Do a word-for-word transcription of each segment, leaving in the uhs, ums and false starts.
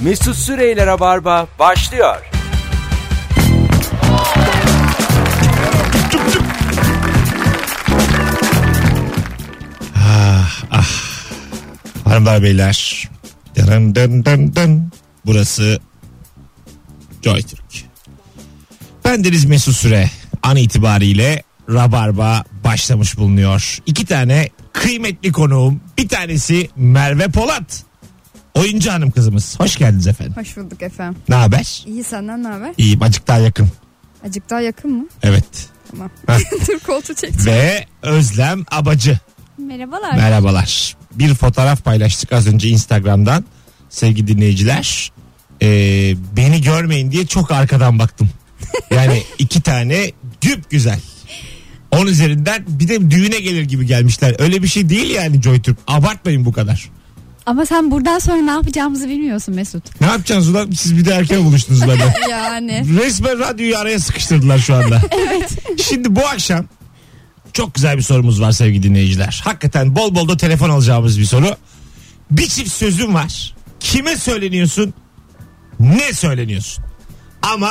Mesut Süreyler'e Barba başlıyor. Ah, ah. Hanımlar beyler. Dın dın dın dın. Burası JoyTürk. Bendeniz Mesut Süre. An itibariyle Rabarba başlamış bulunuyor. İki tane kıymetli konuğum. Bir tanesi Merve Polat. Oyuncu hanım kızımız. Hoş geldiniz efendim. Hoş bulduk efendim. Ne haber? İyi, senden ne haber? İyiyim, azıcık daha yakın. Acık daha yakın mı? Evet. Tamam. Dur, koltuğu çekeceğim. Ve Özlem Abacı. Merhabalar. Merhabalar. Bir fotoğraf paylaştık az önce Instagram'dan. Sevgili dinleyiciler. Ee, beni görmeyin diye çok arkadan baktım. Yani iki tane güp güzel. On üzerinden bir de düğüne gelir gibi gelmişler. Öyle bir şey değil yani JoyTürk. Abartmayın bu kadar. Ama sen buradan sonra ne yapacağımızı bilmiyorsun Mesut. Ne yapacaksınız ulan? Siz bir de erken buluştunuz benden. Yani. Resmen radyoyu araya sıkıştırdılar şu anda. Evet. Şimdi bu akşam çok güzel bir sorumuz var sevgili dinleyiciler. Hakikaten bol bol da telefon alacağımız bir soru. Bir çift sözüm var. Kime söyleniyorsun? Ne söyleniyorsun? Ama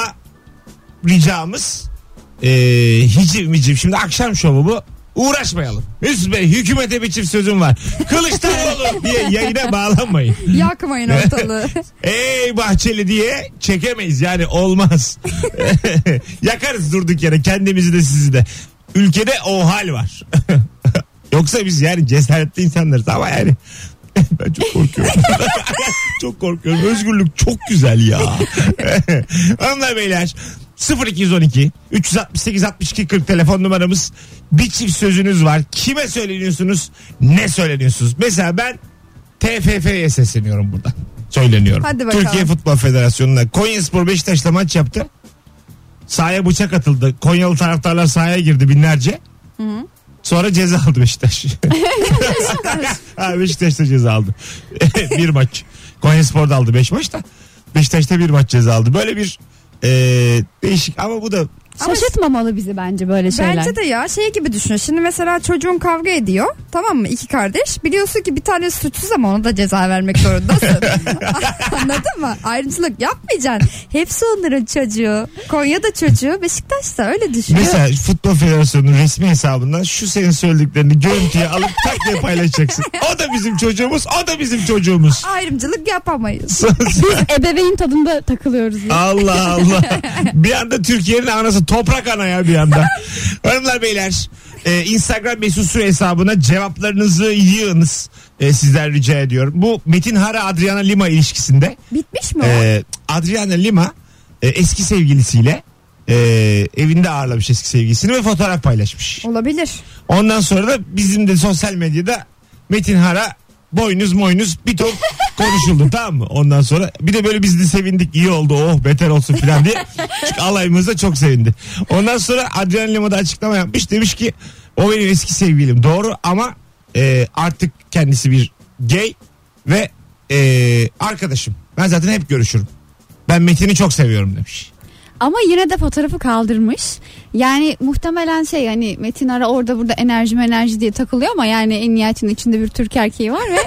ricamız ee, hiciv miciv. Şimdi akşam şovu bu. Uğraşmayalım. Mesut Bey, hükümete bir çift sözüm var. Kılıçdaroğlu diye yayına bağlanmayın. Yakmayın ortalığı. Ey Bahçeli diye çekemeyiz yani, olmaz. Yakarız durduk yere kendimizi de sizi de. Ülkede o hal var. Yoksa biz yani cesaretli insanlarız ama yani ben çok korkuyorum. Çok korkuyorum. Özgürlük çok güzel ya. Hanımlar beyler, sıfır iki on iki üç altı sekiz altmış iki kırk telefon numaramız. Bir çift sözünüz var. Kime söyleniyorsunuz? Ne söyleniyorsunuz? Mesela ben T F F'ye sesleniyorum buradan. Söyleniyorum. Hadi bakalım. Türkiye Futbol Federasyonu'na. Konyaspor Beşiktaş'la maç yaptı. Sahaya bıçak atıldı. Konyalı taraftarlar sahaya girdi binlerce. Hı hı. Sonra ceza aldı Beşiktaş. ha, Beşiktaş da ceza aldı. Bir maç. Konyaspor da aldı beş maç da. Beşiktaş'ta bir maç ceza aldı. Böyle bir e, değişik ama bu da şaşırtmamalı bizi bence böyle şeyler. Bence de ya, şey gibi düşün. Şimdi mesela çocuğun kavga ediyor. Tamam mı? İki kardeş. Biliyorsun ki bir tane suçsuz ama ona da ceza vermek zorundasın. Anladın mı? Ayrımcılık yapmayacaksın. Hepsi onların çocuğu. Konya'da çocuğu, Beşiktaş'ta, öyle düşün. Mesela Futbol Federasyonu'nun resmi hesabından şu senin söylediklerini görüntüye alıp tak diye paylaşacaksın. O da bizim çocuğumuz, o da bizim çocuğumuz. Ayrımcılık yapamayız. Biz ebeveyn tadında takılıyoruz. Ya. Allah Allah. Bir anda Türkiye'nin anası toprak ana ya bir anda. Hanımlar beyler, e, Instagram Mesut Süre hesabına cevaplarınızı yığınız. E, sizden rica ediyorum. Bu Metin Hara Adriana Lima ilişkisinde. Bitmiş mi o? E, Adriana Lima e, eski sevgilisiyle e, evinde ağırlamış eski sevgilisini ve fotoğraf paylaşmış. Olabilir. Ondan sonra da bizim de sosyal medyada Metin Hara boynuz moynuz bir ton konuşuldu, tamam mı? Ondan sonra bir de böyle biz de sevindik, iyi oldu, oh beter olsun falan diye. Çünkü alayımız da çok sevindi. Ondan sonra Adriana Lima da açıklama yapmış, demiş ki o benim eski sevgilim, doğru, ama e, artık kendisi bir gay ve e, arkadaşım. Ben zaten hep görüşürüm. Ben Metin'i çok seviyorum demiş. Ama yine de fotoğrafı kaldırmış. Yani muhtemelen şey, hani Metin Ara orada burada enerji enerji diye takılıyor ama yani en nihayetinde içinde bir Türk erkeği var ve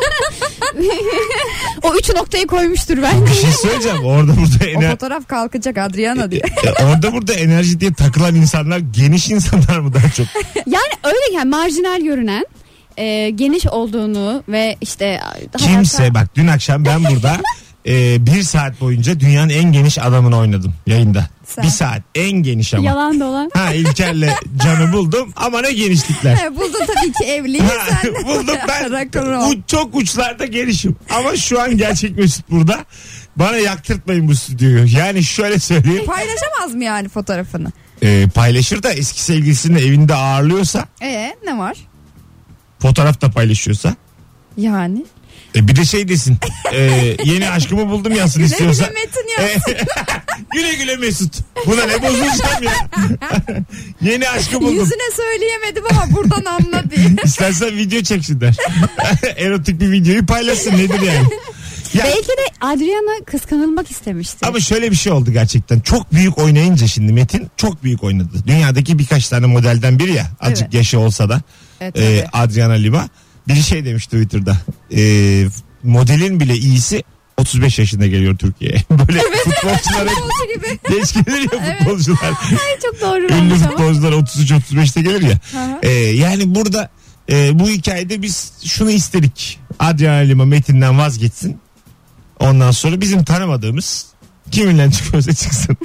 o üç noktayı koymuştur bence. Bir şey söyleyeceğim, orada burada O ener- fotoğraf kalkacak Adriana diye. e, orada burada enerji diye takılan insanlar geniş insanlar mı daha çok? Yani öyle, yani marjinal görünen, e, geniş olduğunu ve işte Kimse hayata... bak, dün akşam ben burada e, bir saat boyunca dünyanın en geniş adamını oynadım yayında. Sen. Bir saat en geniş ama. Yalan dolan. Ha, İlker'le Can'ı buldum ama ne genişlikler. He, buldun tabii ki, evliyiz Ha, sen. buldum ben. Rock'n'roll. U- çok uçlarda genişim. Ama şu an gerçek Mesut burada. Bana yaktırtmayın bu stüdyoyu. Yani şöyle söyleyeyim. Paylaşamaz mı yani fotoğrafını? E, paylaşır da eski sevgilisini evinde ağırlıyorsa, Ee ne var? fotoğraf da paylaşıyorsa. Yani. E, bir de şey desin. E, yeni aşkımı buldum yazsın Güle istiyorsa. güle Metin yazsın. E, güle güle Mesut. Buna ne bozulacağım ya. Yeni aşkı buldum. Yüzüne söyleyemedim ama buradan anla diye. İstersen video çeksinler. Erotik bir videoyu paylaşsın, nedir yani. Ya, Belki de Adriana kıskanılmak istemişti. ama şöyle bir şey oldu gerçekten. Çok büyük oynayınca şimdi Metin çok büyük oynadı. Dünyadaki birkaç tane modelden biri ya. Azıcık Evet. yaşı olsa da. Evet, e, tabii. Adriana Lima. Biri şey demiş Twitter'da. E, modelin bile iyisi o otuz beş yaşında geliyor Türkiye'ye. Böyle futbolcular hep Futbolcu gibi. geç gelir ya futbolcular. Ay, çok doğru Ünlü olmuş ama. futbolcular otuz üç otuz beşte gelir ya. Aha. Ee, yani burada e, bu hikayede biz şunu istedik. Adriana Lima Metin'den vazgeçsin. Ondan sonra bizim tanımadığımız kiminle çıkıyorsa çıksın.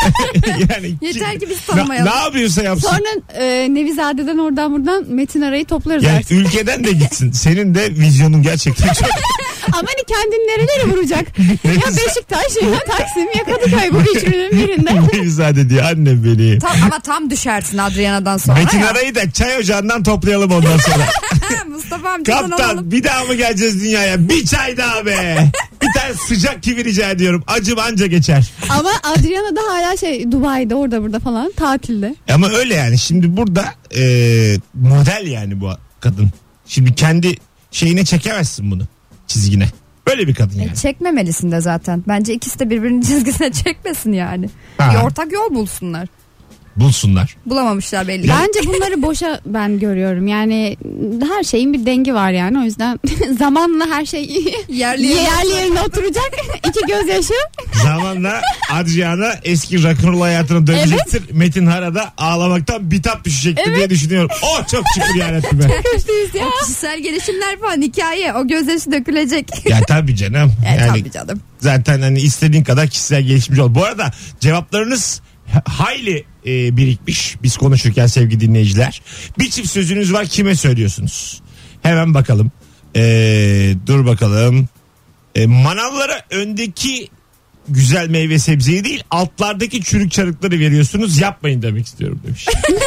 yani Yeter kim- ki biz Na- tanımayalım. ne yapıyorsa yapsın. Sonra e, Nevizade'den oradan buradan Metin Ara'yı toplarız Yani artık. ülkeden de gitsin. Senin de vizyonun gerçekten çok. Ama hani kendini nerelere vuracak? ya Beşiktaş ya Taksim ya Kadıköy, bu hiçbirinin birinde. Nevizade diyor annem beni. Tam, ama tam düşersin Adriana'dan sonra Metin ya. Aray'ı da çay ocağından toplayalım ondan sonra. Mustafa amcadan alalım. Kaptan bir daha mı geleceğiz dünyaya? Bir çay daha be. Bir tane sıcak kivi rica ediyorum. Acım anca geçer. Ama Adriana da hala şey Dubai'de orada burada falan tatilde. Ama öyle yani. Şimdi burada e, model yani bu kadın. Şimdi kendi şeyine çekemezsin bunu. Çizgine. Böyle bir kadın yani. E, çekmemelisin de zaten. Bence ikisi de birbirinin çizgisine çekmesin yani. Ha. Bir ortak yol bulsunlar. Bulsunlar. Bulamamışlar belli. Bence bunları boşa ben görüyorum. Yani her şeyin bir dengi var yani. O yüzden zamanla her şey Yerli yerli yerine oturacak. İki gözyaşı. Zamanla Adriana eski rock'n'roll hayatına dönecektir. Metin Hara'da ağlamaktan bitap düşecektir diye düşünüyorum. Oh çok şükür yarabbim. Köşteyiz ya. Kişisel gelişimler falan hikaye. O gözyaşı dökülecek. Ya tabii canım. E, Yani tabii canım. zaten hani istediğin kadar kişisel gelişmiş ol. Bu arada cevaplarınız hayli e, birikmiş biz konuşurken sevgili dinleyiciler. Bir çift sözünüz var, kime söylüyorsunuz? Hemen bakalım. E, dur bakalım. E, manavlara öndeki güzel meyve sebzeyi değil altlardaki çürük çarıkları veriyorsunuz, yapmayın demek istiyorum demiş.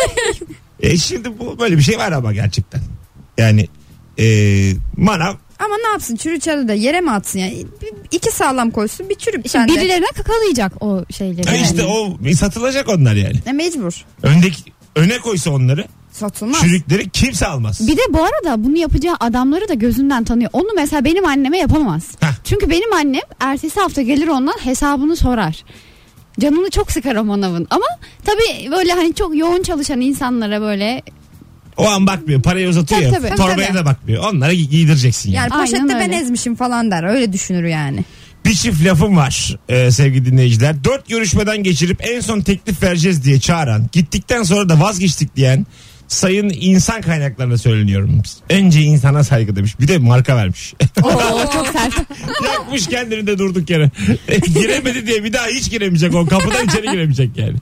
e, şimdi bu böyle bir şey var ama gerçekten. Yani e, manav Ama ne yapsın, çürü çarı da yere mi atsın yani? Bir- İki sağlam koysun, bir çürük Şimdi sen de. birilerine kakalayacak o şeyleri. e, yani. işte o satılacak onlar yani. E, mecbur. Öndeki öne koysa onları Satılmaz. çürükleri kimse almaz. Bir de bu arada bunu yapacağı adamları da gözünden tanıyor. Onu mesela benim anneme yapamaz. Heh. Çünkü benim annem ertesi hafta gelir ondan hesabını sorar. Canını çok sıkar o manavın. Ama tabii böyle hani çok yoğun çalışan insanlara böyle O an bakmıyor. Parayı uzatıyor Tabii, ya. tabii. Torbaya Tabii. da bakmıyor. Onlara gi- giydireceksin yani. Yani Aynen poşette ben öyle. ezmişim falan der. Öyle düşünür yani. Bir çift lafım var e, sevgili dinleyiciler. Dört görüşmeden geçirip en son teklif vereceğiz diye çağıran, gittikten sonra da vazgeçtik diyen sayın insan kaynaklarına söyleniyorum. Önce insana saygı demiş. Bir de marka vermiş. o çok sert. Yakmış kendini de durduk yere. E, giremedi diye bir daha hiç giremeyecek. O kapıdan içeri giremeyecek yani.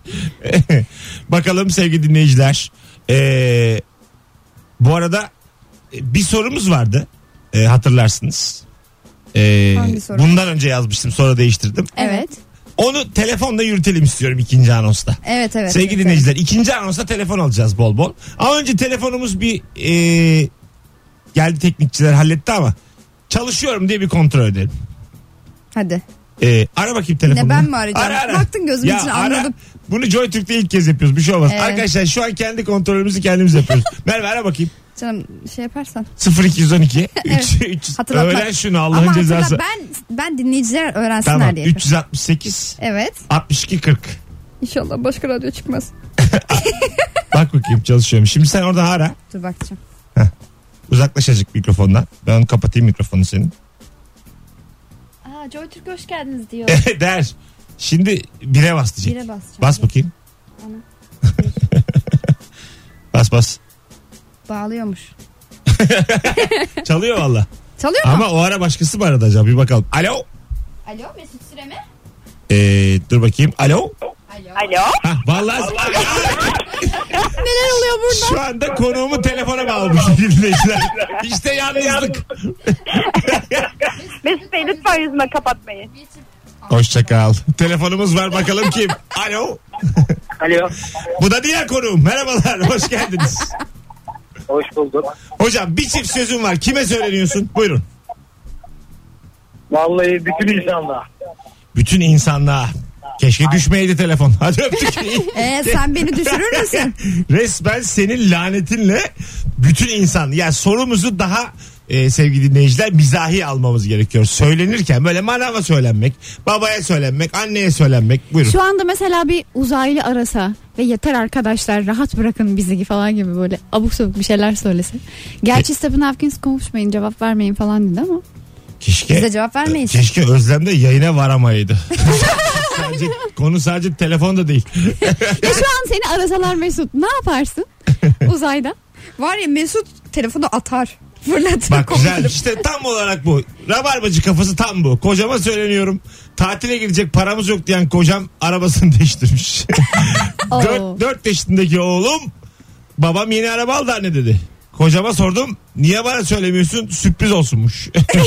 Bakalım sevgili dinleyiciler. E, bu arada e, bir sorumuz vardı. E, hatırlarsınız. E, Hangi soru? bundan önce yazmıştım, sonra değiştirdim. Evet. Onu telefonla yürütelim istiyorum ikinci anonsta. Evet evet. Sevgili evet. dinleyiciler, ikinci anonsta telefon alacağız bol bol. Ama önce telefonumuz bir e, geldi, teknikçiler halletti ama çalışıyorum diye bir kontrol edelim. Hadi. E, ara bakayım telefonunu. Ne, ben mi arayacağım? Ara, ara. Baktın gözümün Ya içine, ara. anladım. Bunu Joy Türk'te ilk kez yapıyoruz. Bir şey olmaz. Evet. Arkadaşlar şu an kendi kontrolümüzü kendimiz yapıyoruz. Merve ara bakayım. Canım şey yaparsan. sıfır iki on iki Evet. üç Hatırlatma. Öğren şunu Ama Allah'ın hatırla, cezası. ben ben dinleyiciler öğrensinler Tamam. diye. üç yüz altmış sekiz Evet. altmış iki kırk. İnşallah başka radyo çıkmaz. Bak bakayım çalışıyorum. Şimdi sen oradan ara. Dur bakacağım. Uzaklaş azıcık mikrofondan. Ben onu kapatayım mikrofonu senin. Aa, Joy Türk hoş geldiniz diyor. Der. Şimdi bire bas diyecek. Bire basacağım. Bas bakayım. Ana. Bas bas. Bağlıyormuş. Çalıyor valla. Çalıyor mu? Ama o ara başkası mı aradı acaba? Bir bakalım. Alo. Alo Mesut Süre mi? Ee, dur bakayım. Alo. Alo. Alo. Hah, vallahi Neler oluyor burada? şu anda konuğumu telefona bağlamış dinleyiciler. İşte yalnızlık. Mesut Bey lütfen yüzüme kapatmayın. Hoşça kal. Telefonumuz var, bakalım kim? Alo. Alo. Bu da diğer konuğum. Merhabalar. Hoş geldiniz. Hoş bulduk. Hocam bir çift sözüm var. Kime söyleniyorsun? Buyurun. Vallahi bütün insanlar. Bütün insanlığa. Keşke düşmeyeydi telefon. Hadi öptük. Ee, sen beni düşürür müsün? Resmen senin lanetinle bütün insan. Yani sorumuzu daha e, sevgili dinleyiciler mizahi almamız gerekiyor. Söylenirken böyle manava söylenmek, babaya söylenmek, anneye söylenmek. Buyurun. Şu anda mesela bir uzaylı arasa ve yeter arkadaşlar rahat bırakın bizi falan gibi böyle abuk sabuk bir şeyler söylesin. Gerçi Stephen Hawking konuşmayın, cevap vermeyin falan dedi ama. Keşke, Biz de cevap vermeyiz. Keşke Özlem de yayına varamaydı. sadece, konu sadece telefonda değil. Ya şu an seni arasalar Mesut ne yaparsın uzayda? Var ya Mesut telefonu atar. Fırlatır. Bak güzel koparır. işte tam olarak bu. Rabarbacı kafası tam bu. Kocama söyleniyorum. Tatile gidecek paramız yok diyen kocam arabasını değiştirmiş. Oo. dört yaşındaki oğlum babam yeni araba aldı anne dedi. Kocama sordum niye bana söylemiyorsun sürpriz olsunmuş.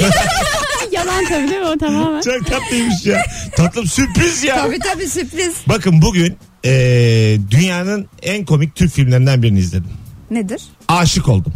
Yalan tabii değil mi o tamamen? Çok tatlıymış ya. Tatlım sürpriz ya. Tabii tabii sürpriz. Bakın bugün eee, dünyanın en komik Türk filmlerinden birini izledim. Nedir? Aşık oldum.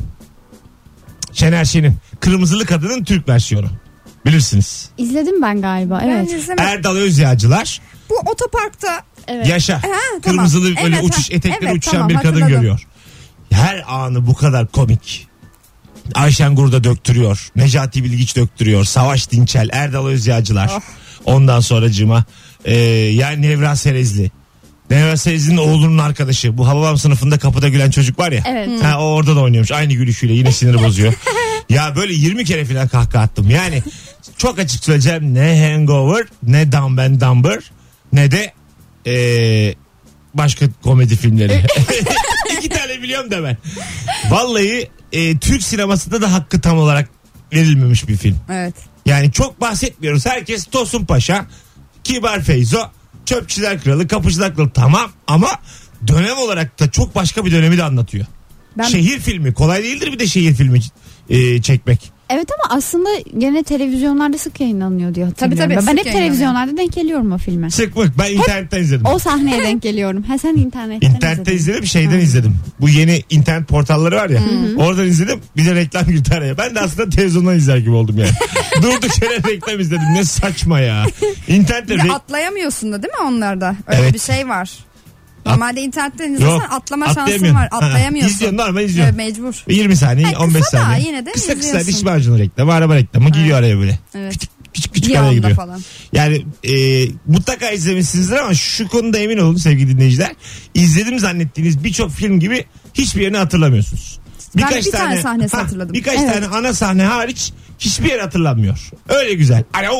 Şener Şen'in Kırmızılı Kadın'ın Türk versiyonu. Bilirsiniz. İzledim ben galiba Ben evet. izlemedim. Erdal Özyağcılar Bu otoparkta Evet. yaşa. Ha, tamam. Kırmızılı böyle Evet, uçuş ha. etekleri Evet, uçuşan tamam, bir kadın hatırladım. görüyor. Her anı bu kadar komik. Ayşen Gurda döktürüyor. Necati Bilgiç döktürüyor. Savaş Dinçel, Erdal Özyağcılar. Oh. Ondan sonracığıma e, yani Nevra Serezli. Nevra Serezli'nin oğlunun arkadaşı. Bu Hababam sınıfında kapıda gülen çocuk var ya. Evet. Ha, o orada da oynuyormuş. Aynı gülüşüyle yine siniri bozuyor. Ya böyle yirmi kere falan kahkaha attım. Yani çok açık söyleyeceğim. Ne Hangover, ne Dumb and Dumber, ne de e, başka komedi filmleri. İki tane biliyorum da ben. Vallahi e, Türk sinemasında da hakkı tam olarak verilmemiş bir film. Evet. Yani çok bahsetmiyoruz. Herkes Tosun Paşa, Kibar Feyzo, Çöpçüler Kralı, Kapıcılar Kralı tamam ama dönem olarak da çok başka bir dönemi de anlatıyor. Ben Şehir filmi kolay değildir bir de şehir filmi e, çekmek. Evet ama aslında gene televizyonlarda sık yayınlanıyor diye hatırlıyorum. Tabii, tabii, ben sık hep yayınlanıyor. televizyonlarda denk geliyorum o filme. Sık mık ben internetten izledim. O sahneye denk geliyorum. Ha sen internetten İnternette izledin. izledim şeyden Ha. izledim. Bu yeni internet portalları var ya. Oradan izledim. Bir de reklam girdi araya. Ben de aslında televizyondan izler gibi oldum yani. Durduk yere reklam izledim. Ne saçma ya. İnternette Bir de re- atlayamıyorsun da değil mi onlarda? Öyle Evet. bir şey var. Normalde internetten izlesen Yok, atlama şansın atlayamıyorum. var. Ha, Atlayamıyorsun. İzliyorum normal izliyorum. Evet, mecbur. yirmi saniye Ha, on beş kısa da saniye. yine de kısa kısa izliyorsun. diş macunu reklamı araba reklamı gidiyor araya böyle. Evet. Küçük küçük, küçük Bir araya anda gidiyor. falan. Yani e, mutlaka izlemişsinizdir ama şu konuda emin olun sevgili dinleyiciler. İzledim zannettiğiniz birçok film gibi hiçbir yerini hatırlamıyorsunuz. Ben bir tane sahnesi hatırladım. Birkaç Evet. tane ana sahne hariç hiçbir yer hatırlanmıyor. Öyle güzel. Alo.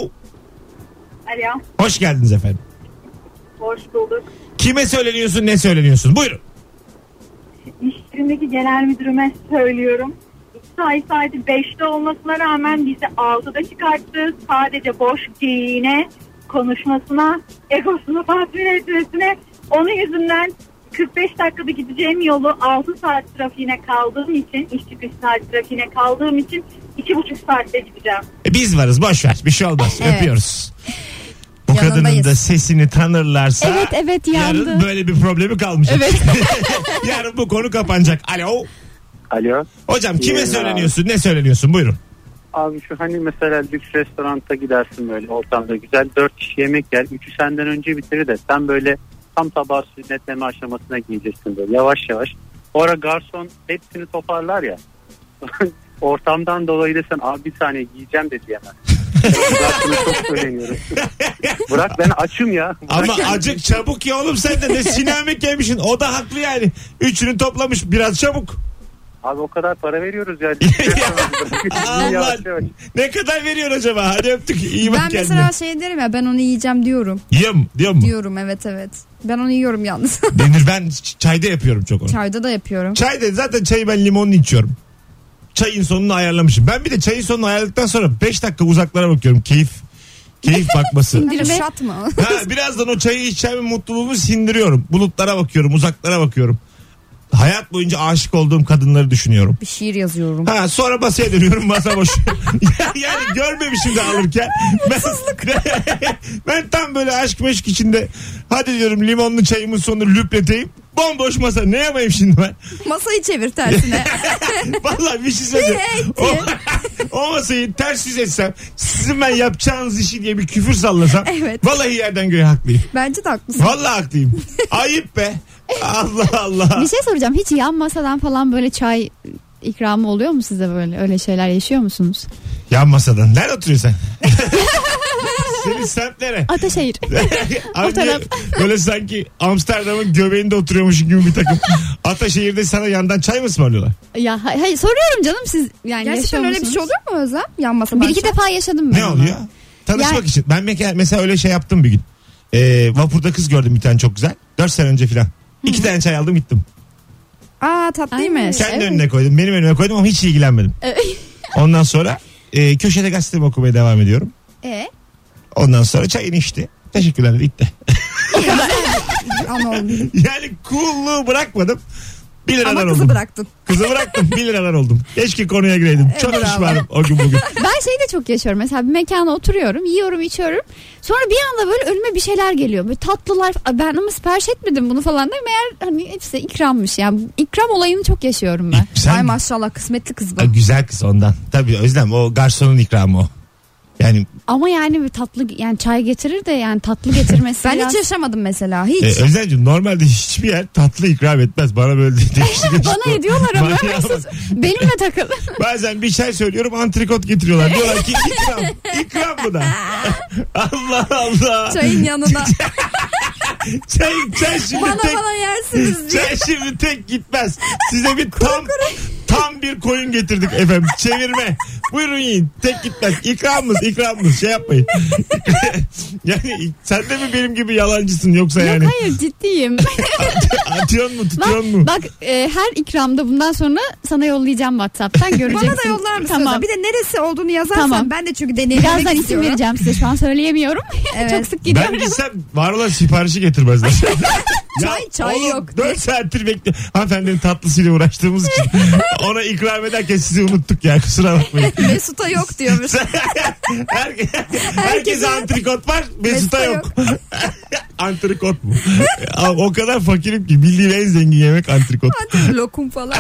Alo. Hoş geldiniz efendim. Hoş bulduk. Kime söyleniyorsun ne söyleniyorsun? Buyurun. İş yerindeki genel müdürüme söylüyorum. Mesai saati beşte olmasına rağmen bizi altıda çıkarttı. Sadece boş geyiğine, konuşmasına, egosunu tatmin etmesine. Onun yüzünden kırk beş dakikada gideceğim yolu altı saat trafiğine kaldığım için, iş çıkış saat trafiğine kaldığım için iki buçuk saatte gideceğim. E, biz varız boş ver bir şey olmaz. Evet. Öpüyoruz. Bu Yanındayız. kadının da sesini tanırlarsa Evet, evet, yarın yandı. böyle bir problemi kalmayacak. Evet. Yarın bu konu kapanacak. Alo. Alo. Hocam kime İyi söyleniyorsun ne söyleniyorsun buyurun. Abi şu hani mesela lüks restoranta gidersin böyle ortamda güzel dört kişi yemek yer. Üçü senden önce bitirir de sen böyle tam tabağı sünnetleme aşamasına giyeceksin böyle yavaş yavaş. Orada garson hepsini toparlar ya. Ortamdan dolayı da sen abi bir saniye yiyeceğim de diyemez. Bırak bunu çok söyleniyorum. Bırak ben açım ya. Bırak Ama yani. acık çabuk ya oğlum sen de ne sinemek yemişsin. O da haklı yani. Üçünü toplamış biraz çabuk. Abi o kadar para veriyoruz ya. Allah. Yavaş yavaş. Ne kadar veriyor acaba? Hadi öptük. İyi bak Ben kendine. mesela şey derim ya ben onu yiyeceğim diyorum. Yiyor mu? Diyor mu? Diyorum evet evet. Ben onu yiyorum yalnız. Denir ben ç- çayda yapıyorum çok onu. Çayda da yapıyorum. Çayda zaten çayı ben limonlu içiyorum. Çayın sonunu ayarlamışım. Ben bir de çayın sonunu ayarladıktan sonra beş dakika uzaklara bakıyorum. Keyif keyif bakması. Bir şat mı? Ha, birazdan o çayı içeceğimin mutluluğumu sindiriyorum. Bulutlara bakıyorum, uzaklara bakıyorum. Hayat boyunca aşık olduğum kadınları düşünüyorum. Bir şiir yazıyorum. Ha, sonra masaya dönüyorum, masa boş. Yani görmemişim de alırken. Ben, ben tam böyle aşk meşk içinde hadi diyorum limonlu çayımın sonunu lüpleteyim. Bomboş masa ne yapayım şimdi ben? Masayı çevir tersine. Vallahi bir şey söyleyeceğim. Bir O, o masayı ters yüz etsem sizin ben yapacağınız işi diye bir küfür sallasam. Evet. Vallahi yerden göğe haklıyım. Bence de haklısın. Vallahi haklıyım. Ayıp be. Allah Allah. Bir şey soracağım. Hiç yan masadan falan böyle çay ikramı oluyor mu size böyle? Öyle şeyler yaşıyor musunuz? Yan masadan. Nerede oturuyorsun sen? Senin semt nere? Ataşehir. Anne, taraf. böyle sanki Amsterdam'ın göbeğinde oturuyormuş gibi bir takım. Ataşehir'de sana yandan çay mı ısmarlıyorlar? Ya hay- hayır soruyorum canım siz yani Gerçekten yaşıyor öyle bir musunuz? şey oluyor mu Özlem? Yan masadan Bir iki çay. defa yaşadım ben. Ne onu. oluyor? Tanışmak Yani- için. Ben me- mesela öyle şey yaptım bir gün. Ee, vapurda kız gördüm bir tane çok güzel. Dört sene önce filan. İki tane çay aldım gittim. Aa tatlıymış. Aynen. Kendi Evet. önüne koydum. Benim önüme koydum ama hiç ilgilenmedim. Evet. Ondan sonra e, köşede gazetemi okumaya devam ediyorum. E? Ondan sonra çayını içti. Teşekkürler dedi, gitti. Ana oldu. Yani coolluğu bırakmadım. Bir liradan Ama oldum. kızı bıraktın. Kızı bıraktım. Bir liradan oldum. Keşke konuya gireydim. Çok bravo. pişmanım o gün bugün. Ben şeyi de çok yaşıyorum. Mesela bir mekana oturuyorum, yiyorum, içiyorum. Sonra bir anda böyle önüme bir şeyler geliyor. Böyle tatlılar. Ben ama sipariş etmedim bunu falan da meğer hani hepsi ikrammış. Yani ikram olayını çok yaşıyorum ben. Sen Ay maşallah kısmetli kız bu. Aa, güzel kız ondan. Tabii Özlem o garsonun ikramı o. Yani Ama yani bir tatlı yani çay getirir de yani tatlı getirmesi Ben biraz... hiç yaşamadım mesela. Hiç. e, Özlemciğim normalde hiçbir yer tatlı ikram etmez. Bana böyle değişik değişik. Bana ediyorlar ama Bana- Mesut, benimle takıl. Bazen bir çay söylüyorum antrikot getiriyorlar. Diyorlar ki ikram. İkram bu da. Allah Allah. Çayın yanına. Çay, çay şimdi bana tek, bana yersiniz diye. çay şimdi tek gitmez. Size bir tam tam bir koyun getirdik efendim. Çevirme. Buyurun yiyin. Tek gitmez. İkramımız ikramımız. Şey yapmayın. Yani sen de mi benim gibi yalancısın yoksa yani? Yok hayır ciddiyim. Atıyor mu bak, tutuyor mu? bak e, her ikramda bundan sonra sana yollayacağım WhatsApp'tan göreceksin. Bana da yollar mısın? Tamam. Bir de neresi olduğunu yazarsan Tamam. ben de çünkü deneyimlemek Birazdan isim istiyorum. vereceğim size. Şu an söyleyemiyorum. Evet. Çok sık Ben gidiyorum. gitsem var olan siparişi getirmezler. Çay, çay oğlum, yok. dört saattir bekliyorum. Hanımefendinin tatlısıyla uğraştığımız için. Ona ikram ederken sizi unuttuk ya kusura bakmayın. Mesut'a yok diyormuş. Her, herkese antrikot var. Mesut'a Mesut'a yok. Antrikot mu? O kadar fakirim ki bildiğim en zengin yemek antrikot. Lokum falan.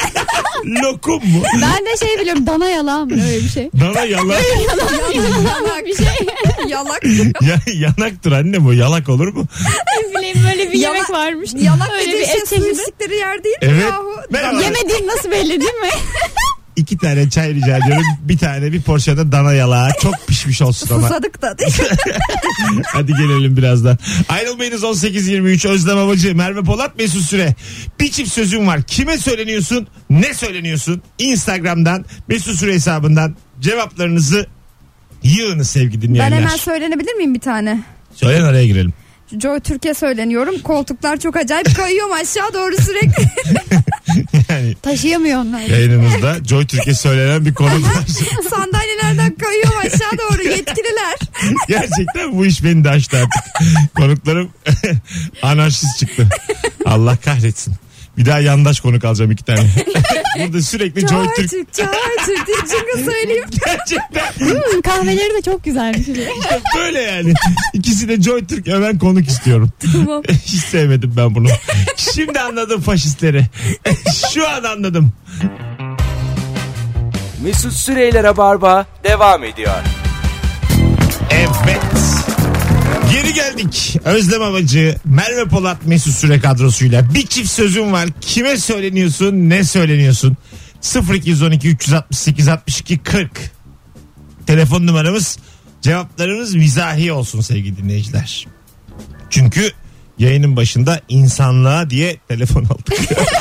Lokum mu? Ben de şey biliyorum dana yalağı mı öyle bir şey. Dana yalak. Yalak bir şey. Yalak. Ya, yanaktır anne bu. Yalak olur mu? Ne bileyim böyle bir Yalak- yemek varmış. Yalak öyle dediğin bir şey et su çeşidi. içtikleri yer değil mi Evet. yahu? Merhaba. Yemediğim nasıl belli değil mi? İki tane çay rica ediyorum. Bir tane bir porsiyonda dana yalağı. Çok pişmiş olsun ama. Susadık da değil. Hadi gelelim birazdan. Ayrılmayınız on sekiz yirmi üç Özlem Havacı, Merve Polat, Mesut Süre. Bir çift sözüm var. Kime söyleniyorsun? Ne söyleniyorsun? Instagram'dan Mesut Süre hesabından cevaplarınızı yığınız sevgili Ben dinleyenler. hemen söylenebilir miyim bir tane? Söylen araya girelim. Joy Türkiye söyleniyorum. Koltuklar çok acayip kayıyorum aşağı doğru sürekli. Yani Taşıyamıyor onlar. yayınımızda Joy Türkiye söylenen bir konu var. Sandalyelerden kayıyorum aşağı doğru yetkililer. Gerçekten bu iş beni de açtı artık. Konuklarım anarşist çıktı. Allah kahretsin. Bir daha yandaş konuk alacağım iki tane. Burada sürekli Joy Joy Türk. Türk, Joy Türk diye jingle söyleyeyim. Gerçekten Hmm, kahveleri de çok güzelmiş. böyle yani. İkisi de Joy Türk öven konuk istiyorum. Tamam. Hiç sevmedim ben bunu. Şimdi anladım faşistleri. Şu an anladım. Mesut Süreyler'e barba devam ediyor. Evet. Geri geldik. Özlem Havacı, Merve Polat, Mesut Süre kadrosuyla. Bir çift sözüm var. Kime söyleniyorsun, ne söyleniyorsun? sıfır iki on iki üç altı sekiz altmış iki kırk telefon numaramız. Cevaplarınız mizahi olsun sevgili dinleyiciler. Çünkü yayının başında insanlığa diye telefon aldık.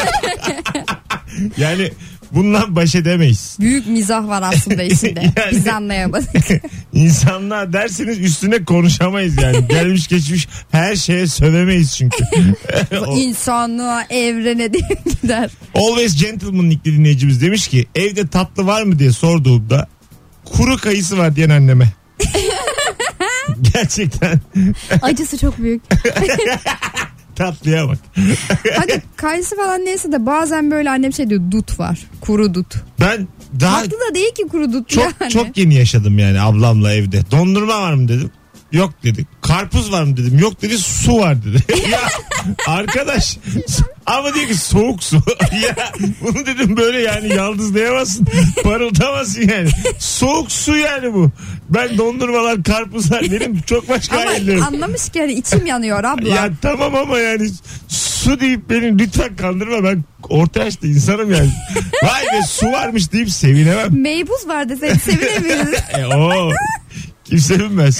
Yani bundan baş edemeyiz. Büyük mizah var aslında içinde. Yani- Biz anlayamadık. İnsanlığa derseniz üstüne konuşamayız yani. Gelmiş geçmiş her şeye sövemeyiz çünkü. O- İnsanlığa, evrene diye gider. Always Gentleman nickli dinleyicimiz demiş ki evde tatlı var mı diye sorduğumda kuru kayısı var diyen anneme. Gerçekten Acısı çok büyük. tatlıya bak. Hadi kayısı falan neyse de bazen böyle annem şey diyor dut var. Kuru dut. Ben daha Tatlı da değil ki kuru dut çok yani. çok yeni yaşadım yani ablamla evde. Dondurma var mı dedim. Yok dedi. Karpuz var mı dedim. Yok dedi. Su var dedi. Ya arkadaş ama diyor ki soğuk su. Ya bunu dedim böyle yani yaldızlayamazsın. Parıldamasın yani. Soğuk su yani bu. Ben dondurmalar karpuzlar dedim çok başka Ama hayallerim. anlamış ki yani içim yanıyor abla. Ya tamam ama yani su deyip beni lütfen kandırma ben orta yaşta insanım yani. Vay be su varmış deyip sevinemem. Meybuz var deseydi sevinebiliriz. E, o Kimse bilmez.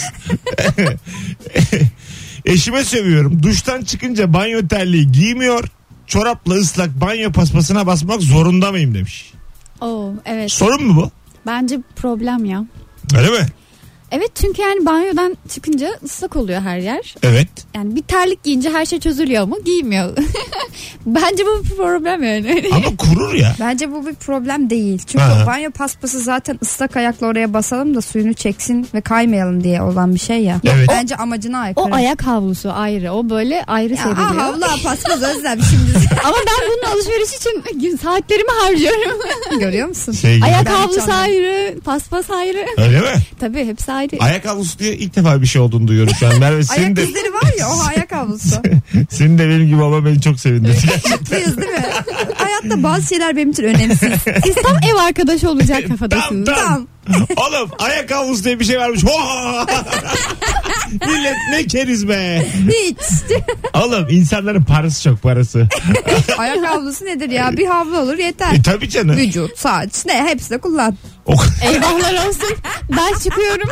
Eşime sövüyorum. Duştan çıkınca banyo terliği giymiyor. Çorapla ıslak banyo paspasına basmak zorunda mıyım demiş. Oo, evet. Sorun mu bu? Bence problem ya. Öyle mi? Evet, çünkü yani banyodan çıkınca ıslak oluyor her yer. Evet. Yani bir terlik giyince her şey çözülüyor mu? Giymiyor. Bence bu bir problem yani. Ama kurur ya. Bence bu bir problem değil. Çünkü Ha. o banyo paspası zaten ıslak ayakla oraya basalım da suyunu çeksin ve kaymayalım diye olan bir şey ya. Evet. Bence amacına aykırı. O ayak havlusu ayrı. O böyle ayrı ya, seriliyor. ah, havlu paspas Özlem şimdi. Ama ben bunun alışveriş için gün saatlerimi harcıyorum. Görüyor musun? Şey gibi. Ayak Ben hiç havlusu anlamadım. ayrı, paspas ayrı. Öyle mi? Tabii hepsi ayrı. Ayak havlusu diye ilk defa bir şey olduğunu duyuyorum şu an. Merve senin Ayak de, izleri var ya, o ayak havlusu. senin de benim gibi olma beni çok sevindirdi. Mutluyuz değil mi? Hayatta bazı şeyler benim için önemsiz. Siz tam ev arkadaşı olacak tam kafadasınız. tam. Oğlum ayak havlusu diye bir şey varmış. Ho! Millet ne keriz be. Hiç. Oğlum insanların parası çok parası. Ayak havlusu nedir ya? Bir havlu olur yeter. E tabii canım. Vücut, saç ne hepsi de kullan. O, Eyvahlar olsun. Ben çıkıyorum.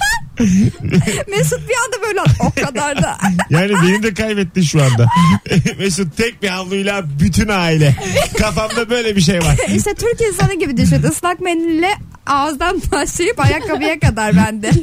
Mesut bir anda böyle o kadar da. yani beni de kaybettin şu anda. Mesut tek bir havluyla bütün aile. Kafamda böyle bir şey var. İşte Türk insanı gibi düşün. Islak mendille ağızdan başlayıp ayakkabıya kadar bende.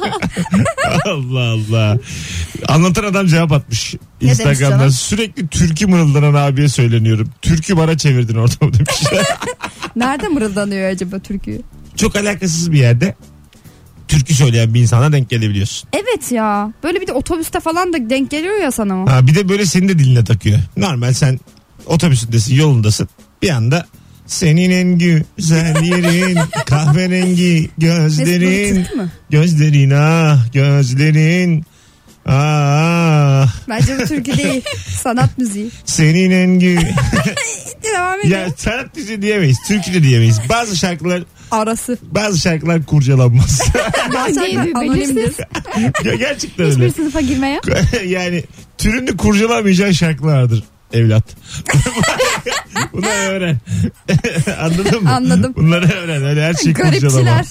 Allah Allah. Anlatan adam cevap atmış Ne demiş Instagram'da. canım? Sürekli türkü mırıldanan abiye söyleniyorum. Türkü bana çevirdin ortamı demiş. Nerede mırıldanıyor acaba türkü? Çok alakasız bir yerde türkü söyleyen bir insana denk gelebiliyorsun. Evet ya. Böyle bir de otobüste falan da denk geliyor ya sana o. Ha, bir de böyle senin de diline takıyor. Normal sen otobüsündesin, yolundasın. Bir anda senin en güzel yerin kahverengi gözlerin. Mesut mu? Gözlerin ah gözlerin. Ah Bence bu türkü değil. Sanat müziği. senin en gü... Devam edelim. ya sanat müziği diyemeyiz. Türkü de diyemeyiz. Bazı şarkılar Arası. bazı şarkılar kurcalanmaz. Bazı Değil, anonimdir. belirsiz. Gerçekten Hiçbir öyle. sınıfa girmeye. yani türünü kurcalamayacağın şarkılardır evlat. Bunları öğren. Anladın mı? Anladım. Bunları öğren. Öyle her şeyi kurcalama. Garipçiler.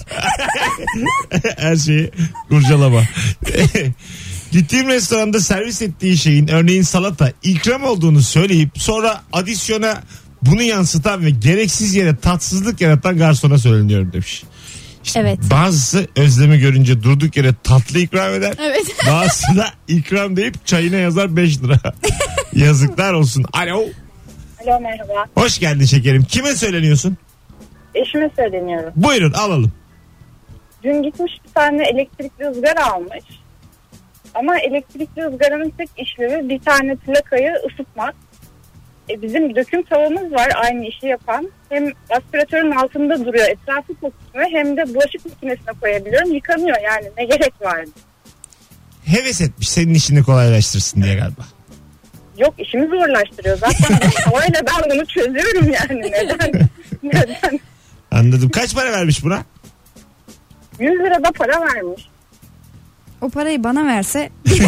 her şeyi kurcalama. Gittiğim restoranda servis ettiği şeyin örneğin salata ikram olduğunu söyleyip sonra adisyona bunu yansıtan ve gereksiz yere tatsızlık yaratan garsona söyleniyorum demiş. İşte Evet. bazısı Özlem'i görünce durduk yere tatlı ikram eder. Evet. Bazısı da ikram deyip çayına yazar beş lira. Yazıklar olsun. Alo. Alo merhaba. Hoş geldin şekerim. Kime söyleniyorsun? Eşime söyleniyorum. Buyurun alalım. Dün gitmiş bir tane elektrikli ızgara almış. Ama elektrikli ızgaranın tek işlevi bir tane plakayı ısıtmak. E bizim döküm tavamız var aynı işi yapan. Hem aspiratörün altında duruyor, etrafı kokmuyor, hem de bulaşık makinesine koyabiliyorum. Yıkanıyor yani, ne gerek var? Heves etmiş senin işini kolaylaştırsın diye galiba. Yok, işimi zorlaştırıyor. Zaten tavayla ben bunu çözüyorum yani. Neden? Neden? Anladım. Kaç para vermiş buna? yüz lira da para vermiş. O parayı bana verse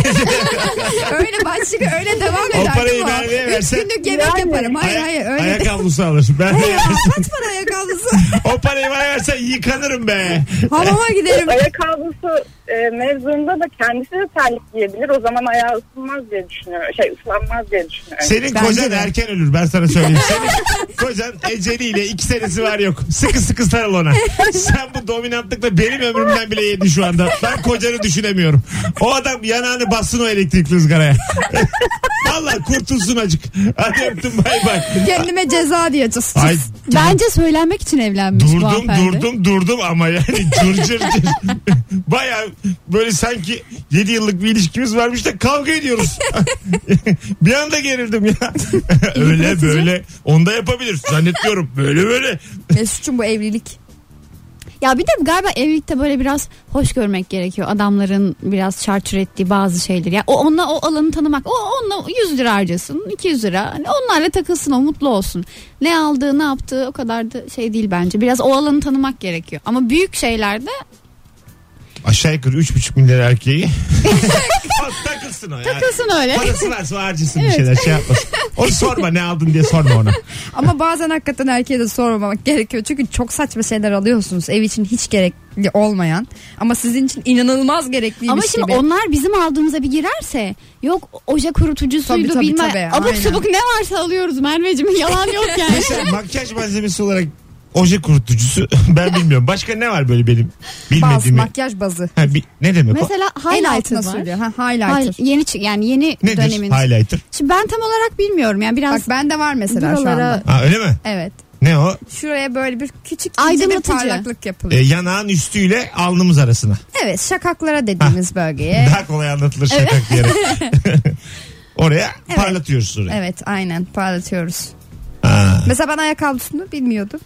öyle başlık öyle devam O eder. parayı Merve'ye versen Üç günlük yemek Yani. yaparım. Hayır Aya- hayır öyle ayak de. havlusu alır. Ben de Ya, kaç para ayak havlusu? o parayı bana versen yıkanırım be. Hamama giderim. Ayak havlusu e, mevzuunda da kendisi de terlik giyebilir. O zaman ayağı ısınmaz diye düşünüyorum. Şey ıslanmaz diye düşünüyorum. Senin Bence kocan de. erken ölür ben sana söyleyeyim. Senin kocan eceliyle iki senesi var yok. Sıkı sıkı sarıl ona. Sen bu dominantlıkla benim ömrümden bile yedin şu anda. Ben kocanı düşünemiyorum. O adam yanağını bassın o elektrikli ızgaraya. Vallahi kurtulsun acık. Hadi öptüm bay bay. Kendime ceza diye cız cız. Ay, Bence söylenmek için evlenmiş bu durdum hanımefendi. durdum durdum ama yani cır cır cır. Baya böyle sanki yedi yıllık bir ilişkimiz varmış da kavga ediyoruz. Bir anda gerildim ya. Öyle böyle onda yapabilir zannetmiyorum. Böyle böyle. Mesut'cum bu evlilik. Ya bir de galiba evlilikte böyle biraz hoş görmek gerekiyor. Adamların biraz çarçur ettiği bazı şeyleri. Ya o onunla o alanı tanımak. O onunla yüz lira harcasın, iki yüz lira. Hani onlarla takılsın, o mutlu olsun. Ne aldığı, ne yaptığı o kadar da şey değil bence. Biraz o alanı tanımak gerekiyor. Ama büyük şeylerde Aşağı yukarı üç buçuk milyar erkeği takılsın takılsın o ya. Takılsın öyle. Parası varsa o harcasın bir şeyler şey yapmasın. Onu sorma ne aldın diye sorma ona. Ama bazen hakikaten erkeğe de sormamak gerekiyor. Çünkü çok saçma şeyler alıyorsunuz. Ev için hiç gerekli olmayan. Ama sizin için inanılmaz gerekliymiş Ama şimdi gibi. onlar bizim aldığımıza bir girerse yok oje kurutucusuydu Tabii, tabii, bilmem. tabii, abuk aynen. subuk ne varsa alıyoruz Merveciğim. Yalan yok yani. Mesela makyaj malzemesi olarak oje kurutucusu ben bilmiyorum. Başka ne var böyle benim Baz, bilmediğim? makyaj bazı. Ha, bir, ne demek o? Mesela En highlighter altına var. sürüyor. Ha, highlighter. Hayır, yeni çık yani yeni Nedir dönemin. highlighter? Şimdi ben tam olarak bilmiyorum yani biraz Bak bende var mesela şu buralara- anda. Ha, öyle mi? Evet. Ne o? Şuraya böyle bir küçük ince bir Aydınlatıcı. parlaklık E, yapılıyor. yanağın üstüyle alnımız arasına. Evet, şakaklara dediğimiz bölgeye. Daha kolay anlatılır şakak diyerek. Oraya Evet. parlatıyoruz oraya. Evet, aynen parlatıyoruz. Ha. Mesela ben ayakkabısını bilmiyordum.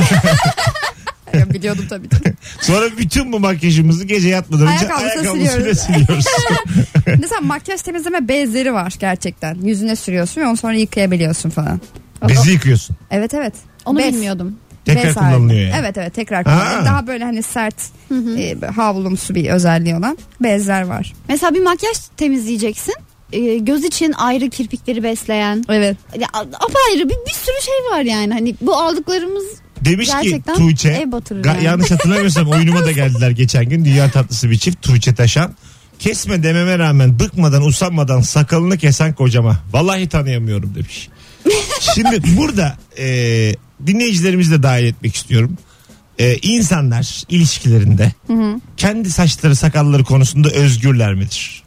Ya, biliyordum tabii ki. Sonra bütün bu makyajımızı gece yatmadan önce Ayakkabısına ayakkabısıyla siliyoruz. siliyoruz. Mesela makyaj temizleme bezleri var gerçekten. Yüzüne sürüyorsun ve onu sonra yıkayabiliyorsun falan. Bezi yıkıyorsun. Evet evet. onu Bez. bilmiyordum. Tekrar Bez kullanılıyor halinde. yani. Evet evet tekrar kullanılıyor. Ha. Daha böyle hani sert e, havlumsu bir özelliği olan bezler var. Mesela bir makyaj temizleyeceksin. Ee, göz için ayrı kirpikleri besleyen. Evet. Ya, apayrı bir, bir sürü şey var yani. Hani bu aldıklarımız Demiş gerçekten ki Tuğçe ev batırır ga- yani. yanlış hatırlamıyorsam oyunuma da geldiler geçen gün. Dünya tatlısı bir çift Tuğçe Taşan. Kesme dememe rağmen bıkmadan usanmadan sakalını kesen kocama. Vallahi tanıyamıyorum demiş. Şimdi burada e, dinleyicilerimizi de dahil etmek istiyorum. E, insanlar ilişkilerinde kendi saçları sakalları konusunda özgürler midir?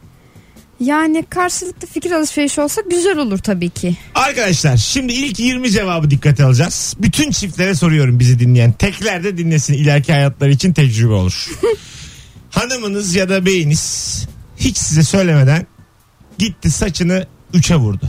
Yani karşılıklı fikir alışverişi olsa güzel olur tabii ki. Arkadaşlar şimdi ilk yirmi cevabı dikkate alacağız. Bütün çiftlere soruyorum bizi dinleyen. Tekler de dinlesin, ileriki hayatları için tecrübe olur. Hanımınız ya da beyiniz hiç size söylemeden gitti saçını üçe vurdu.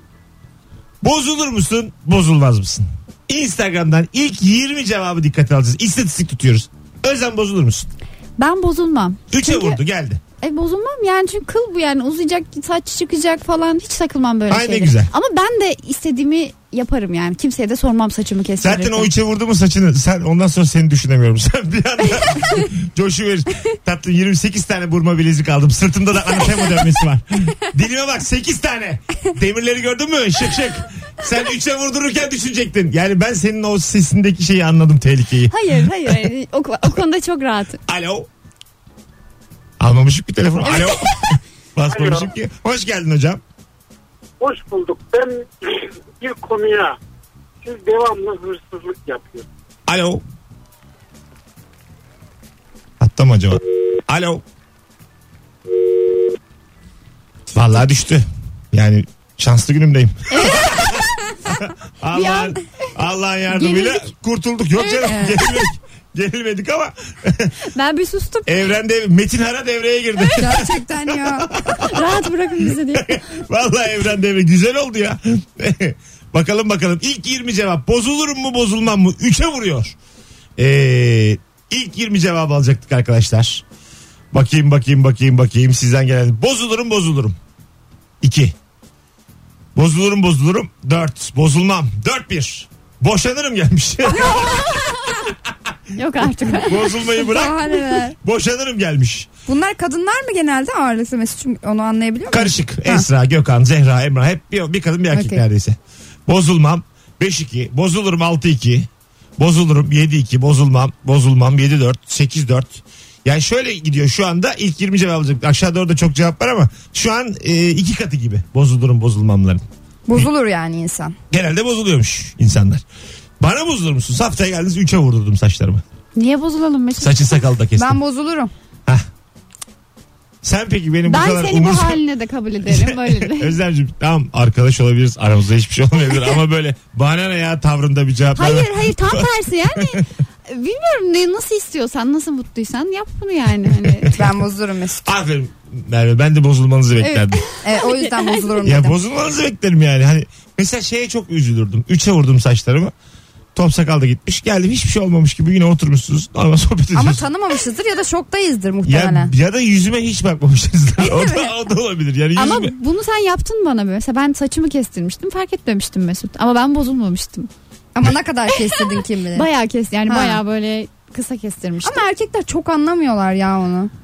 Bozulur musun, bozulmaz mısın? Instagram'dan ilk yirmi cevabı dikkate alacağız. İstatistik tutuyoruz. Özlem bozulur musun? ben bozulmam. Üçe Çünkü- vurdu geldi. E bozulmam yani çünkü kıl bu yani uzayacak saç çıkacak falan hiç takılmam böyle Ay ne şeylere. güzel. Ama ben de istediğimi yaparım yani kimseye de sormam saçımı kestirirken. Zaten o içe vurdu mu saçını sen ondan sonra seni düşünemiyorum. Sen bir anda coşuverir. Tatlım yirmi sekiz tane burma bilezik aldım. Sırtımda da anatema dönmesi var. Dilime bak sekiz tane. Demirleri gördün mü? Şık şık. Sen üçe vurdururken düşünecektin. Yani ben senin o sesindeki şeyi anladım, tehlikeyi. Hayır hayır, hayır. o, o konuda çok rahat. Alo. Almamışım ki telefonu. Alo. Basmamışım ki. Hoş geldin hocam. Hoş bulduk. Ben bir konuya siz devamlı hırsızlık yapıyorsunuz. Alo. Hatta mı acaba? Alo. Vallahi düştü. Yani şanslı günümdeyim. Allah'ın Allah'ın yardımıyla Gerildik. kurtulduk. Yok canım gerilmedik. Gerilmedik ama Ben bir sustum. evrende Metin Hara devreye girdi. Gerçekten ya. Rahat bırakın bizi diye. Vallahi evren devre güzel oldu ya. Bakalım bakalım. İlk yirmi cevap. Bozulurum mu bozulmam mı? üçe vuruyor. Ee, ilk yirmi cevap alacaktık arkadaşlar. Bakayım bakayım bakayım bakayım. Sizden gelen. Bozulurum bozulurum. iki. Bozulurum bozulurum. dört. Bozulmam. dört bir. Boşanırım gelmiş. Yok artık. Bozulmayı bırak. Daha neler. Boşanırım gelmiş. Bunlar kadınlar mı genelde ağırlıklı Mesut'cum, onu anlayabiliyor musun? Karışık. Ha. Esra, Gökhan, Zehra, Emrah hep bir, bir kadın bir erkek Okey. neredeyse. Bozulmam beş iki. Bozulurum altı iki. Bozulurum yedi iki. Bozulmam. Bozulmam yedi dört. sekiz dört. Yani şöyle gidiyor şu anda ilk yirmi cevap alacak. Aşağıda orada çok cevap var ama şu an e, iki katı gibi bozulurum bozulmamların. Bozulur yani insan. Genelde bozuluyormuş insanlar. Bana bozulur musun? Haftaya geldiniz üçe vurdurdum saçlarımı. Niye bozulalım Mesut? Saçı sakalı da kestim. Ben bozulurum. Sen peki benim bu Ben kadar seni bu umursa- haline de kabul ederim böyle de. Özlemciğim tamam arkadaş olabiliriz aramızda hiçbir şey olmayabilir ama böyle bana ne ya tavrında bir cevap Hayır ver. hayır tam tersi yani. Bilmiyorum ne nasıl istiyorsan nasıl mutluysan yap bunu yani. Hani. Ben bozulurum Mesut. Aferin Merve ben de bozulmanızı beklerdim. Evet, o yüzden bozulurum Ya dedim. bozulmanızı beklerim yani. Hani mesela şeye çok üzülürdüm. Üçe vurdum saçlarımı. Top sakal da gitmiş. Geldim hiçbir şey olmamış gibi yine oturmuşsunuz. Normal sohbet ediyorsunuz. Ama tanımamışızdır ya da şoktayızdır ya, muhtemelen. ya da yüzüme hiç bakmamışsınızdır. o, da, o da olabilir. Yani yüzüme... Ama bunu sen yaptın bana böyle. Mesela ben saçımı kestirmiştim fark etmemiştim Mesut. Ama ben bozulmamıştım. Ama ne kadar kestirdin kim bilir. Bayağı kes yani Ha. bayağı böyle kısa kestirmiştim. Ama erkekler çok anlamıyorlar ya onu.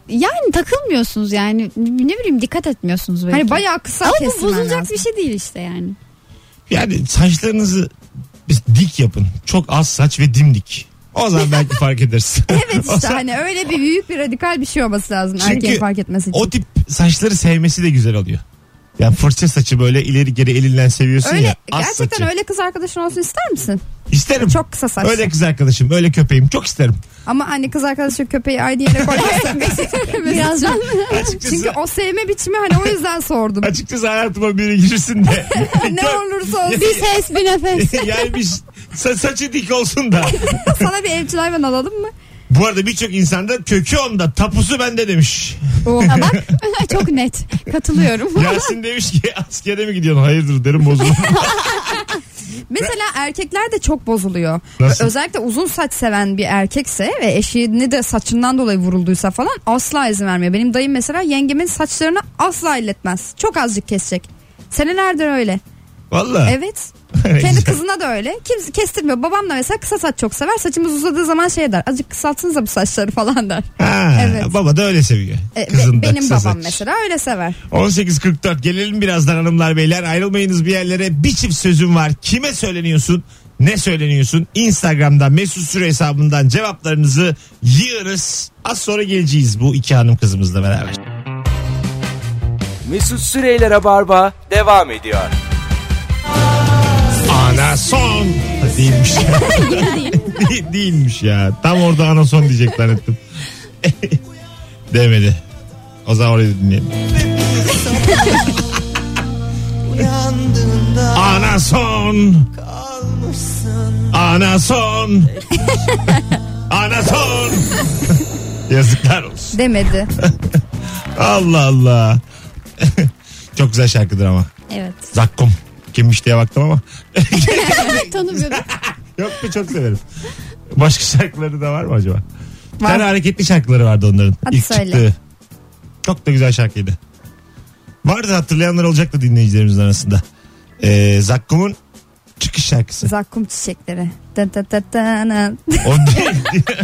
Yani takılmıyorsunuz yani ne bileyim dikkat etmiyorsunuz belki. Hani bayağı kısa Ama bu kesmen bozulacak lazım. bir şey değil işte yani. Yani saçlarınızı biz dik yapın. Çok az saç ve dimdik. O zaman belki fark edersin. Evet O işte zaman- hani öyle bir büyük bir radikal bir şey olması lazım Çünkü erkeğin fark etmesi için. o tip saçları sevmesi de güzel oluyor. Yani fırça saçı böyle ileri geri elinden seviyorsun Öyle ya. Az gerçekten saçı. öyle kız arkadaşın olsun ister misin? İsterim. Çok kısa saç. Öyle kız arkadaşım, öyle köpeğim. Çok isterim. Ama hani kız arkadaşı köpeği aynı yere koyarsan birazdan. Açıkçası, Çünkü o sevme biçimi hani o yüzden sordum. açıkçası hayatıma biri girsin de. Ne olursa olsun Bir ses bir nefes. Yani bir sa- saçı dik olsun da. sana bir evcil hayvan alalım mı? Bu arada birçok insanda kökü onda, tapusu bende demiş. Ha bak çok net katılıyorum. Yasin demiş ki askere mi gidiyorsun? Hayırdır derim bozulur. Mesela erkekler de çok bozuluyor. Nasıl? Özellikle uzun saç seven bir erkekse ve eşini de saçından dolayı vurulduysa falan asla izin vermiyor. Benim dayım mesela yengemin saçlarını asla illetmez. Çok azıcık kesecek. Senelerdir öyle. Valla. Evet. Kendi kızına da öyle. Kimse kestirmiyor. Babam da mesela kısa saç çok sever. Saçımız uzadığı zaman şey der. Azıcık kısaltsanıza bu saçları falan der. Ha, Evet. Baba da öyle seviyor. E, Kızın da benim kısa babam saç. mesela öyle sever. on sekiz kırk dört gelelim birazdan hanımlar beyler, ayrılmayınız bir yerlere. Bir çift sözüm var, kime söyleniyorsun, ne söyleniyorsun? Instagram'dan Mesut Süre hesabından cevaplarınızı yığınız. Az sonra geleceğiz bu iki hanım kızımızla beraber. Mesut Süreyler'e barba devam ediyor. Anason değilmiş. De- değilmiş ya, tam orada anason diyecek zannettim. Demedi. O zaman orayı dinleyelim. Anason. Anason. Anason. Yazıklar olsun. Demedi. Allah Allah. Çok güzel şarkıdır ama. Evet. Zakkum. Kimmiş diye baktım ama. Tanımıyorum. Yok mu, çok severim. Başka şarkıları da var mı acaba? Bir Var. tane hareketli şarkıları vardı onların. Hadi İlk söyle. çıktığı. Çok da güzel şarkıydı. Vardı, hatırlayanlar olacaktı dinleyicilerimizin arasında. Ee, Zakkum'un çıkış şarkısı. Zakkum çiçekleri. Dın dın dın dın. O değil.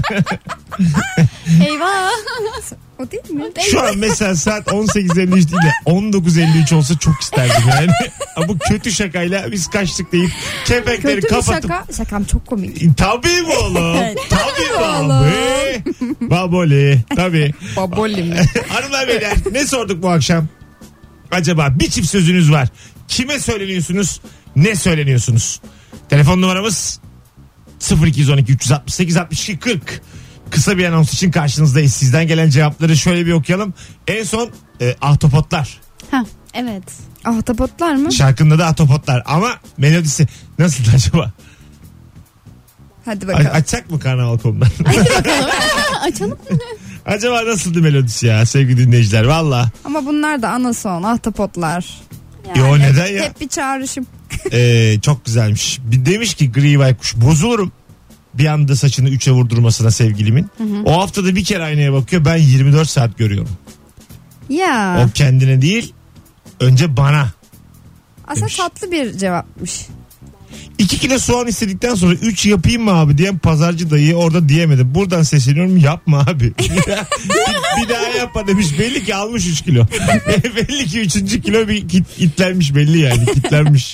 Eyvah. O değil mi? Şu an mesela saat on sekiz elli üç değil de on dokuz elli üç olsa çok isterdim yani. Ama bu kötü şakayla biz kaçtık deyip kepenkleri Kötü bir kapatıp. şaka. Şakam çok komik. E, Tabii mi oğlum? Tabii mi oğlum? Ee, Baboli. Tabii. Baboli mi? Hanımlar beyler, ne sorduk bu akşam? Acaba bir çift sözünüz var. Kime söyleniyorsunuz? Ne söyleniyorsunuz? Telefon numaramız sıfır iki on iki üç altı sekiz altmış iki kırk. Kısa bir anons için karşınızdayız. Sizden gelen cevapları şöyle bir okuyalım. En son e, ahtapotlar. Ha, evet. Ahtapotlar mı? Şarkında da ahtapotlar. Ama melodisi nasıl acaba? Hadi A- bakalım. açsak mı Karnaval nokta com'dan? Açalım. Acaba nasıldı melodisi ya sevgili dinleyiciler? Valla. Ama bunlar da anason, ahtapotlar. Yo neden ya? Hep bir çağrışım. Ee, çok güzelmiş. Bir demiş ki gri baykuş, bozulurum bir anda saçını üçe vurdurmasına sevgilimin. O haftada bir kere aynaya bakıyor, ben yirmi dört saat görüyorum. Ya. O kendine değil, önce bana. Aslında demiş. tatlı bir cevapmış. iki kilo soğan istedikten sonra üç yapayım mı abi diyen pazarcı dayı orada diyemedi. Buradan sesleniyorum, yapma abi. bir, bir daha yapma demiş. Belli ki almış üç kilo. Belli ki üçüncü kilo bir kit, itlenmiş belli yani, kitlenmiş.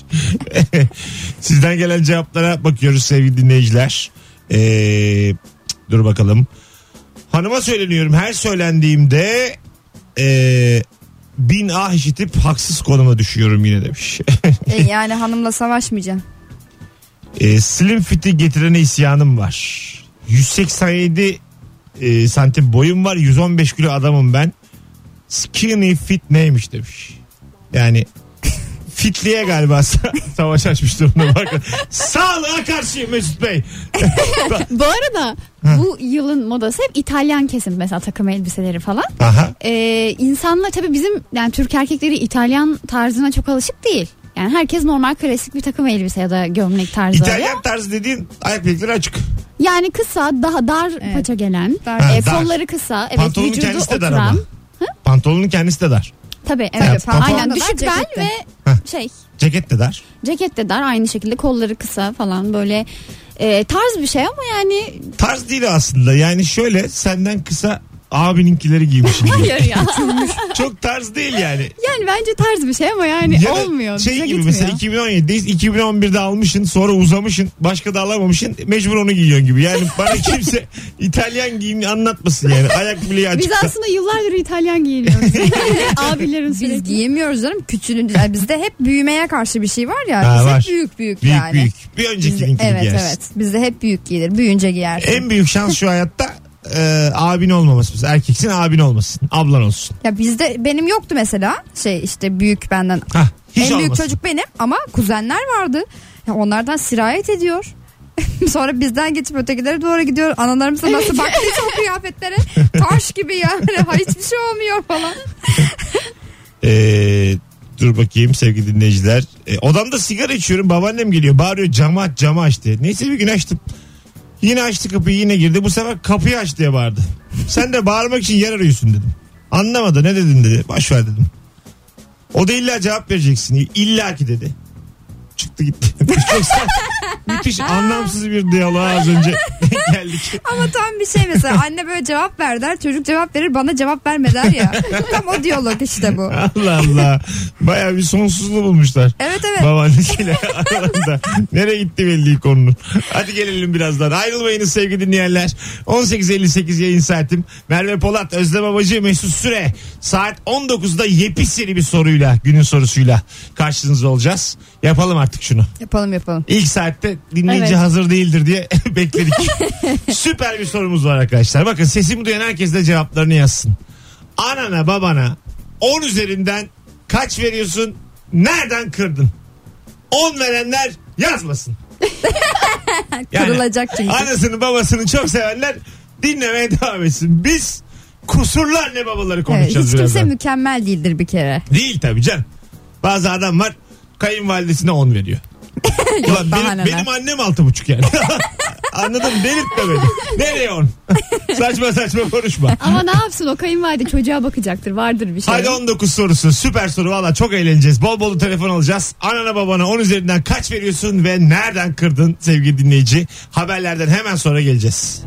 Sizden gelen cevaplara bakıyoruz sevgili dinleyiciler. Ee, dur bakalım. Hanıma söyleniyorum, her söylendiğimde ee, bin ah işitip haksız konuma düşüyorum yine demiş. E, yani hanımla savaşmayacaksın. E, slim fit'i getirene isyanım var. yüz seksen yedi e, santim boyum var. yüz on beş kilo adamım ben. Skinny fit neymiş demiş. Yani fitliğe galiba savaş açmış durumda. Bakın. Sağlığa karşıyım Mesut Bey. Bu arada bu yılın modası hep İtalyan kesim mesela takım elbiseleri falan. Aha. Ee, insanlar tabii bizim yani Türk erkekleri İtalyan tarzına çok alışık değil. Yani herkes normal klasik bir takım elbise ya da gömlek tarzı İtalyan arıyor. tarzı dediğin ayak bilekleri açık. Yani kısa, daha dar Evet. paça gelen, Dar. Ha, e, dar. kolları kısa, evet, Pantolonun vücudu kendisi de dar oturan. ama. Pantolonun kendisi de dar. Tabii Evet, evet. pantolon Aynen da dar, düşük bel ceket de. ve Heh. şey Ceket de dar. ceket de dar, aynı şekilde kolları kısa falan böyle e, tarz bir şey ama yani Tarz değil aslında. Yani şöyle, senden kısa abininkileri giymişim. Hayır ya. Çok tarz değil yani. Yani bence tarz bir şey ama yani Ya da olmuyor. şey Bize gibi gitmiyor. mesela iki bin on yedideyiz. iki bin on birde almışsın, sonra uzamışsın. Başka da alamamışsın. Mecbur onu giyiyorsun gibi. Yani bana kimse İtalyan giyimini anlatmasın yani. Ayak bileği Biz açıkta. aslında yıllardır İtalyan giyiniyoruz. Abilerin Biz sürekli. giyemiyoruz canım. Küçülünce yani bizde hep büyümeye karşı bir şey var ya. Ha, Biz var. hep büyük büyük, Büyük yani. büyük. Bir Bizde- öncekinin evet giyersin. evet. Bizde hep büyük giyilir. Büyüyünce giyersin. En büyük şans şu hayatta e, abin olmaması. Mesela erkeksin, abin olmasın. Ablan olsun. Ya bizde benim yoktu mesela. Şey işte büyük benden. Hah, hiç en büyük olmasın. çocuk benim ama kuzenler vardı. Ya onlardan sirayet ediyor. Sonra bizden geçip ötekilere doğru gidiyor. Analarımız da nasıl baktıysa o kıyafetlere taş gibi yani. Ha, hiçbir şey olmuyor falan. Ee, dur bakayım sevgili dinleyiciler. Ee, odamda sigara içiyorum. Babaannem geliyor. Bağırıyor, camı aç, camı aç diye. Neyse bir gün açtım. Yine açtı kapıyı, yine girdi. Bu sefer kapıyı aç diye bağırdı. Sen de bağırmak için yer arıyorsun dedim. Anlamadı, ne dedin dedi. Boş ver dedim. O da illa cevap vereceksin. İlla ki dedi. Çıktı gitti. Çok sert, müthiş anlamsız bir diyaloğa az önce geldik. Ama tam bir şey mesela anne böyle cevap ver der, çocuk cevap verir, bana cevap verme der ya. Tam o diyalog işte bu. Allah Allah. Baya bir sonsuzluğu bulmuşlar. Evet evet. Babaannesiyle aralarında. Nereye gitti belli değil konunun. Hadi gelelim birazdan. Ayrılmayınız sevgili dinleyenler. on sekiz elli sekiz yayın saatim. Merve Polat, Özlem Abacı, Mesut Süre. Saat on dokuzda yepyeni bir soruyla, günün sorusuyla karşınızda olacağız. Yapalım artık şunu. Yapalım yapalım. İlk saatte dinleyici Evet. hazır değildir diye bekledik. Süper bir sorumuz var arkadaşlar. Bakın sesimi duyan herkes de cevaplarını yazsın. Anana babana on üzerinden kaç veriyorsun? Nereden kırdın? on verenler yazmasın. Yani Kırılacak çünkü. anasını babasını çok sevenler dinlemeye devam etsin. Biz kusurlu anne babaları Evet, konuşacağız hiç kimse birazdan. mükemmel değildir bir kere. Değil tabii can. Bazı adam var kayınvalidesine on veriyor. Ulan daha benim, neler. benim annem altı buçuk yani. Anladım, delirtme beni. Nereye on? Saçma saçma konuşma. Ama ne yapsın, o kayınvalide çocuğa bakacaktır, vardır bir şey. Hadi on dokuz sorusu, süper soru, valla çok eğleneceğiz. Bol bol telefon alacağız. Anana babana on üzerinden kaç veriyorsun ve nereden kırdın sevgili dinleyici? Haberlerden hemen sonra geleceğiz.